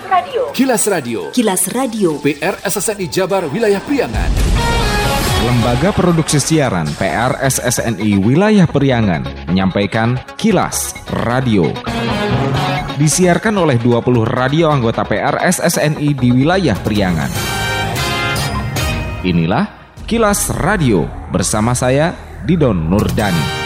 Radio. Kilas Radio. Kilas Radio. PR SSNI Jabar Wilayah Priangan. Lembaga Produksi Siaran PR SSNI Wilayah Priangan menyampaikan Kilas Radio. Disiarkan oleh 20 radio anggota PR SSNI di wilayah Priangan. Inilah Kilas Radio bersama saya Didon Nurdani.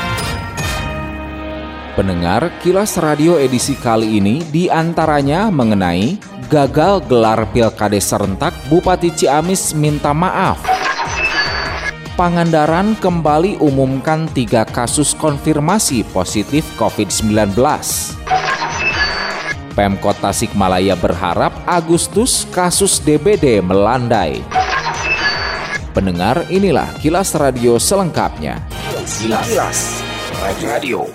Pendengar, Kilas Radio edisi kali ini diantaranya mengenai gagal gelar Pilkades serentak, Bupati Ciamis minta maaf. Pangandaran kembali umumkan 3 kasus konfirmasi positif COVID-19. Pemkot Tasikmalaya berharap Agustus kasus DBD melandai. Pendengar, inilah Kilas Radio selengkapnya. Kilas Radio.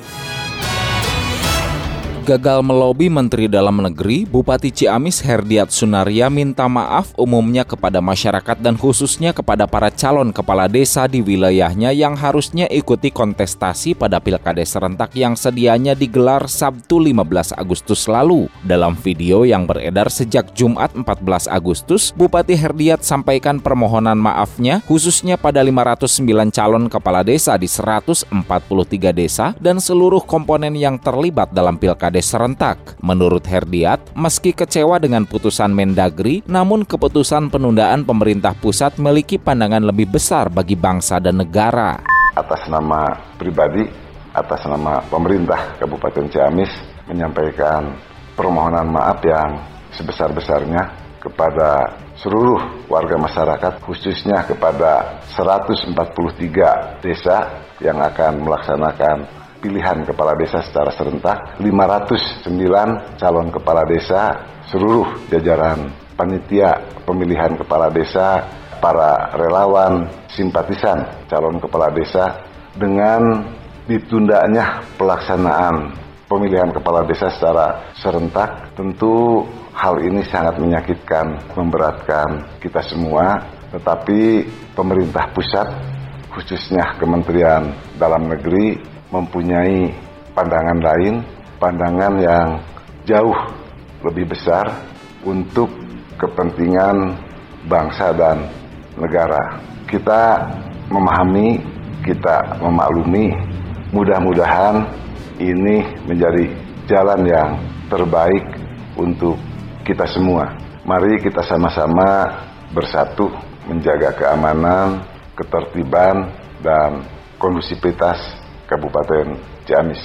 Gagal melobi Menteri Dalam Negeri, Bupati Ciamis Herdiat Sunaria minta maaf umumnya kepada masyarakat dan khususnya kepada para calon kepala desa di wilayahnya yang harusnya ikuti kontestasi pada Pilkades serentak yang sedianya digelar Sabtu 15 Agustus lalu. Dalam video yang beredar sejak Jumat 14 Agustus, Bupati Herdiat sampaikan permohonan maafnya khususnya pada 509 calon kepala desa di 143 desa dan seluruh komponen yang terlibat dalam Pilkades serentak. Menurut Herdiat, meski kecewa dengan putusan Mendagri, namun keputusan penundaan pemerintah pusat memiliki pandangan lebih besar bagi bangsa dan negara. Atas nama pribadi, atas nama pemerintah Kabupaten Ciamis, menyampaikan permohonan maaf yang sebesar-besarnya kepada seluruh warga masyarakat, khususnya kepada 143 desa yang akan melaksanakan pilihan kepala desa secara serentak, 509 calon kepala desa, seluruh jajaran panitia pemilihan kepala desa, para relawan, simpatisan calon kepala desa, dengan ditundanya pelaksanaan pemilihan kepala desa secara serentak, tentu hal ini sangat menyakitkan, memberatkan kita semua, tetapi pemerintah pusat, khususnya Kementerian Dalam Negeri, mempunyai pandangan lain, pandangan yang jauh lebih besar untuk kepentingan bangsa dan negara. Kita memahami, kita memaklumi, mudah-mudahan ini menjadi jalan yang terbaik untuk kita semua. Mari kita sama-sama bersatu menjaga keamanan, ketertiban, dan kondusivitas Kabupaten Ciamis.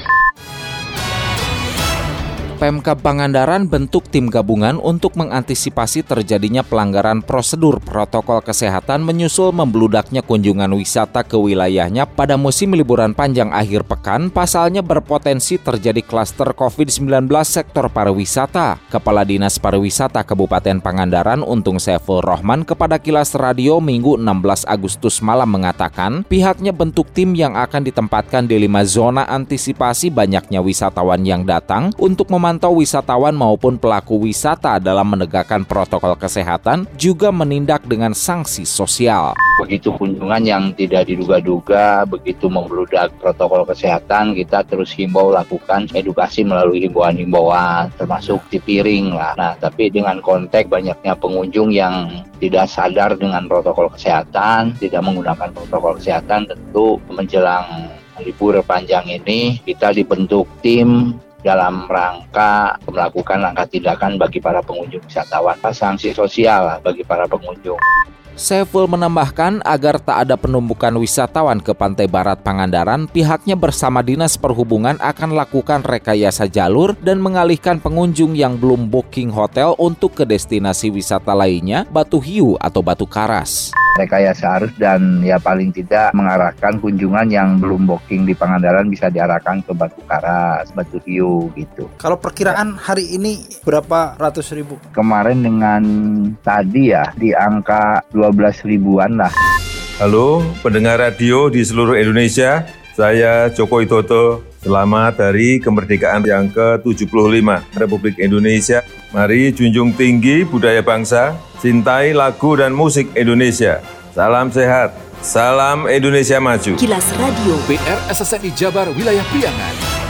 Pemkab Pangandaran bentuk tim gabungan untuk mengantisipasi terjadinya pelanggaran prosedur protokol kesehatan menyusul membludaknya kunjungan wisata ke wilayahnya pada musim liburan panjang akhir pekan. Pasalnya berpotensi terjadi klaster COVID-19 sektor pariwisata. Kepala Dinas Pariwisata Kabupaten Pangandaran Untung Saiful Rohman kepada Kilas Radio Minggu 16 Agustus malam mengatakan pihaknya bentuk tim yang akan ditempatkan di 5 zona antisipasi banyaknya wisatawan yang datang untuk memantau wisatawan maupun pelaku wisata dalam menegakkan protokol kesehatan, juga menindak dengan sanksi sosial. Begitu kunjungan yang tidak diduga-duga, begitu membludak protokol kesehatan, kita terus himbau lakukan edukasi melalui himbauan-himbauan, termasuk di piring lah. Nah, tapi dengan konteks banyaknya pengunjung yang tidak sadar dengan protokol kesehatan, tidak menggunakan protokol kesehatan, tentu menjelang libur panjang ini kita dibentuk tim dalam rangka melakukan langkah tindakan bagi para pengunjung wisatawan, sanksi sosial bagi para pengunjung. Saiful menambahkan agar tak ada penumpukan wisatawan ke pantai barat Pangandaran, pihaknya bersama Dinas Perhubungan akan lakukan rekayasa jalur dan mengalihkan pengunjung yang belum booking hotel untuk ke destinasi wisata lainnya, Batu Hiu atau Batu Karas. Rekayasa arus dan ya paling tidak mengarahkan kunjungan yang belum booking di Pangandaran bisa diarahkan ke Batu Karas, Batu Hiu gitu. Kalau perkiraan hari ini berapa ratus ribu? Kemarin dengan tadi ya di angka 12 ribuan lah. Halo pendengar radio di seluruh Indonesia, saya Joko Widodo. Selamat Hari Kemerdekaan yang ke-75 Republik Indonesia. Mari junjung tinggi budaya bangsa, cintai lagu dan musik Indonesia. Salam sehat, salam Indonesia maju. Kilas Radio PR SSNI Jabar Wilayah Priangan.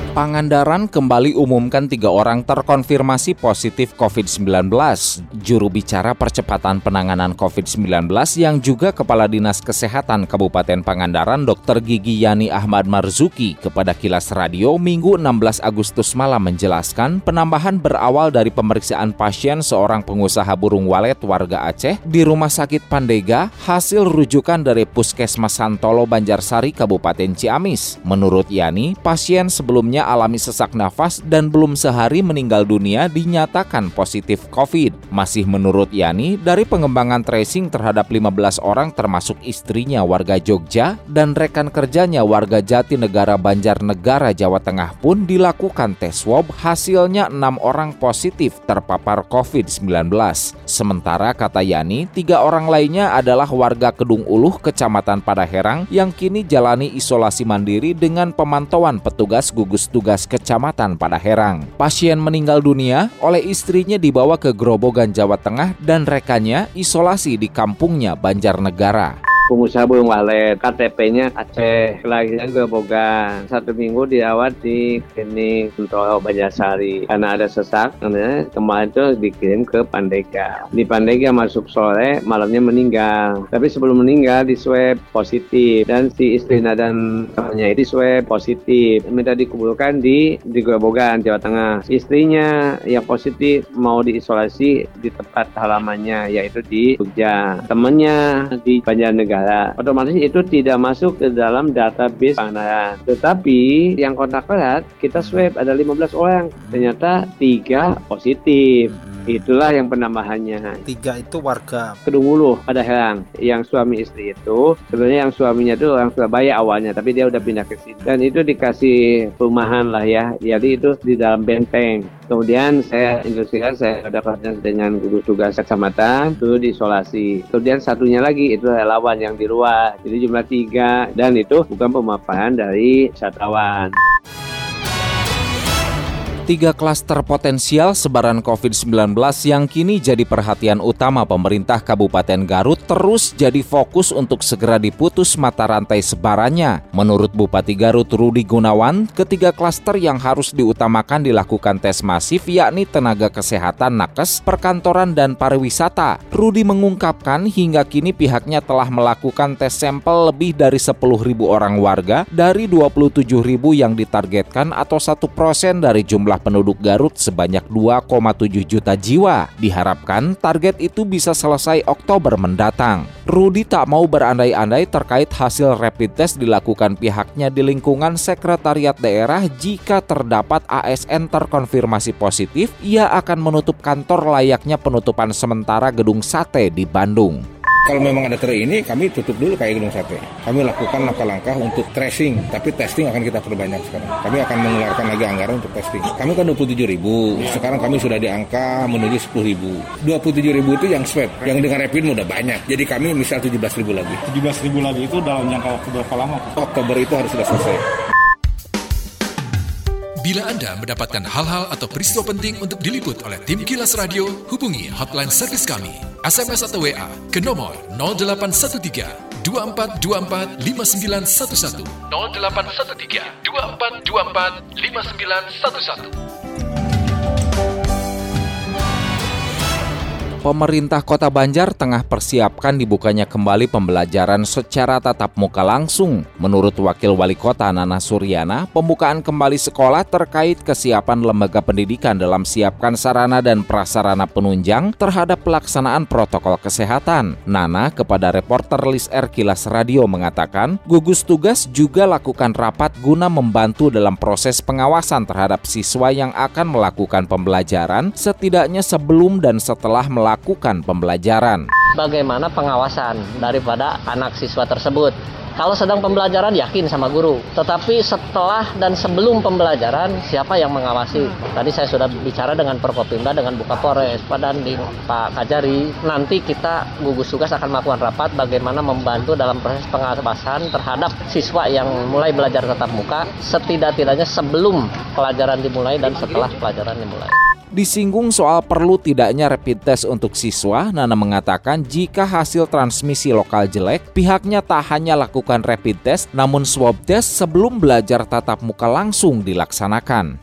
Pangandaran kembali umumkan 3 orang terkonfirmasi positif COVID-19. Juru bicara percepatan penanganan COVID-19 yang juga Kepala Dinas Kesehatan Kabupaten Pangandaran Dr. Gigi Yani Ahmad Marzuki kepada Kilas Radio Minggu 16 Agustus malam menjelaskan penambahan berawal dari pemeriksaan pasien seorang pengusaha burung walet warga Aceh di Rumah Sakit Pandega hasil rujukan dari Puskesmas Santolo Banjarsari Kabupaten Ciamis. Menurut Yani, pasien sebelumnya alami sesak nafas dan belum sehari meninggal dunia dinyatakan positif COVID. Masih menurut Yani, dari pengembangan tracing terhadap 15 orang termasuk istrinya warga Jogja dan rekan kerjanya warga Jatinegara Banjarnegara Jawa Tengah pun dilakukan tes swab, hasilnya 6 orang positif terpapar COVID-19. Sementara kata Yani, 3 orang lainnya adalah warga Kedung Uluh, Kecamatan Padaherang yang kini jalani isolasi mandiri dengan pemantauan petugas gugus tugas Kecamatan Padaherang. Pasien meninggal dunia oleh istrinya dibawa ke Grobogan, Jawa Tengah dan rekannya isolasi di kampungnya Banjarnegara. Pengusaha burung walet, KTP-nya Aceh, kelahiran Grobogan. 1 minggu dirawat di klinik Santolo Banjarsari. Karena ada sesak, kemarin itu dikirim ke Pandega. Di Pandega masuk sore, malamnya meninggal. Tapi sebelum meninggal di swab positif. Dan si istrinya dan temannya itu swab positif. Minta dikuburkan di Grobogan, Jawa Tengah. Istrinya yang positif mau diisolasi di tempat halamannya, yaitu di Jogja. Temannya di Banjarnegara. Otomatis itu tidak masuk ke dalam database Pangandaran. Tetapi yang kontak erat kita swab ada 15 orang. Ternyata 3 positif. Itulah yang penambahannya. 3 itu warga Kedung Uluh, Padaherang. Yang suami istri itu sebenarnya yang suaminya itu orang Surabaya awalnya, tapi dia udah pindah ke sini. Dan itu dikasih perumahan lah ya. Jadi itu di dalam benteng. Kemudian saya instruksikan, saya ada koordinasi dengan gugus tugas kecamatan, itu diisolasi. Kemudian satunya lagi itu relawan yang di luar. Jadi jumlah 3 dan itu bukan pemaparan dari wisatawan. 3 klaster potensial sebaran COVID-19 yang kini jadi perhatian utama pemerintah Kabupaten Garut terus jadi fokus untuk segera diputus mata rantai sebarannya. Menurut Bupati Garut Rudi Gunawan, ketiga klaster yang harus diutamakan dilakukan tes masif yakni tenaga kesehatan nakes, perkantoran, dan pariwisata. Rudi mengungkapkan hingga kini pihaknya telah melakukan tes sampel lebih dari 10.000 orang warga dari 27.000 yang ditargetkan atau 1% dari jumlah penduduk Garut sebanyak 2,7 juta jiwa. Diharapkan target itu bisa selesai Oktober mendatang. Rudi tak mau berandai-andai terkait hasil rapid test dilakukan pihaknya di lingkungan sekretariat daerah. Jika terdapat ASN terkonfirmasi positif, ia akan menutup kantor layaknya penutupan sementara gedung sate di Bandung. Kalau memang ada ini, kami tutup dulu kayak gedung sate. Kami lakukan langkah-langkah untuk tracing, tapi testing akan kita perbanyak sekarang. Kami akan mengeluarkan lagi anggaran untuk testing. Kami kan 27.000, sekarang kami sudah di angka menuju 10.000. 27.000 itu yang swab, yang dengan rapid udah banyak. Jadi kami misal 17.000 lagi. 17.000 lagi itu dalam jangka waktu berapa lama? Oktober itu harus sudah selesai. Bila Anda mendapatkan hal-hal atau peristiwa penting untuk diliput oleh tim Kilas Radio, hubungi hotline servis kami. SMS atau WA ke nomor 0813 2424 5911 0813 2424 5911. Pemerintah Kota Banjar tengah persiapkan dibukanya kembali pembelajaran secara tatap muka langsung. Menurut Wakil Wali Kota Nana Suryana, pembukaan kembali sekolah terkait kesiapan lembaga pendidikan dalam siapkan sarana dan prasarana penunjang terhadap pelaksanaan protokol kesehatan. Nana kepada reporter Lis R Kilas Radio mengatakan, gugus tugas juga lakukan rapat guna membantu dalam proses pengawasan terhadap siswa yang akan melakukan pembelajaran setidaknya sebelum dan setelah melakukan pembelajaran. Bagaimana pengawasan daripada anak siswa tersebut? Kalau sedang pembelajaran yakin sama guru, tetapi setelah dan sebelum pembelajaran siapa yang mengawasi? Tadi saya sudah bicara dengan Forkopimda, dengan Bukapolres, Pak Danding, Pak Kajari. Nanti kita gugus tugas akan melakukan rapat bagaimana membantu dalam proses pengawasan terhadap siswa yang mulai belajar tatap muka, setidak-tidaknya sebelum pelajaran dimulai dan setelah pelajaran dimulai. Disinggung soal perlu tidaknya rapid test untuk siswa, Nana mengatakan jika hasil transmisi lokal jelek, pihaknya tak hanya lakukan rapid test, namun swab test sebelum belajar tatap muka langsung dilaksanakan.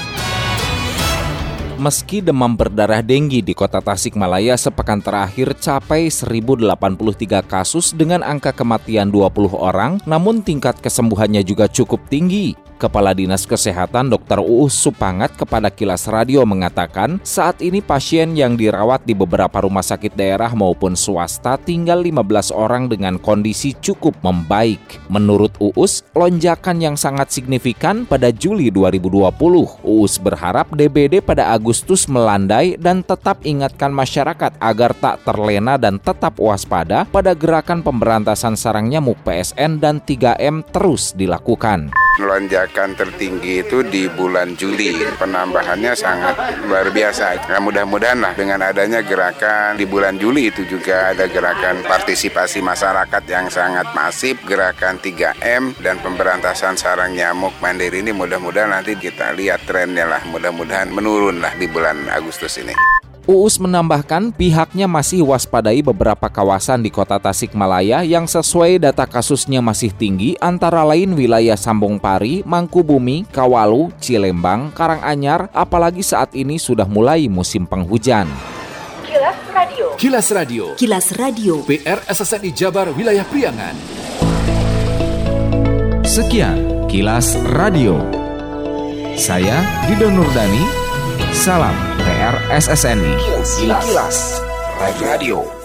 Meski demam berdarah denggi di kota Tasikmalaya sepekan terakhir capai 1.083 kasus dengan angka kematian 20 orang, namun tingkat kesembuhannya juga cukup tinggi. Kepala Dinas Kesehatan Dr. Uus Supangat kepada Kilas Radio mengatakan, saat ini pasien yang dirawat di beberapa rumah sakit daerah maupun swasta tinggal 15 orang dengan kondisi cukup membaik. Menurut Uus, lonjakan yang sangat signifikan pada Juli 2020. Uus berharap DBD pada Agustus melandai dan tetap ingatkan masyarakat agar tak terlena dan tetap waspada pada gerakan pemberantasan sarang nyamuk PSN dan 3M terus dilakukan. Lonjakan tertinggi itu di bulan Juli, penambahannya sangat luar biasa. Nah, mudah-mudahan lah dengan adanya gerakan di bulan Juli itu juga ada gerakan partisipasi masyarakat yang sangat masif, gerakan 3M dan pemberantasan sarang nyamuk mandiri ini mudah-mudahan nanti kita lihat trennya lah, mudah-mudahan menurun lah di bulan Agustus ini. Uus menambahkan pihaknya masih waspadai beberapa kawasan di kota Tasikmalaya yang sesuai data kasusnya masih tinggi, antara lain wilayah Sambongpari, Mangkubumi, Kawalu, Cilembang, Karanganyar, apalagi saat ini sudah mulai musim penghujan. Kilas Radio. Kilas Radio. Kilas Radio. PR SSNI Jabar Wilayah Priangan. Sekian Kilas Radio. Saya Dido Nurdani. Salam PR SSNI. Kilas Radio.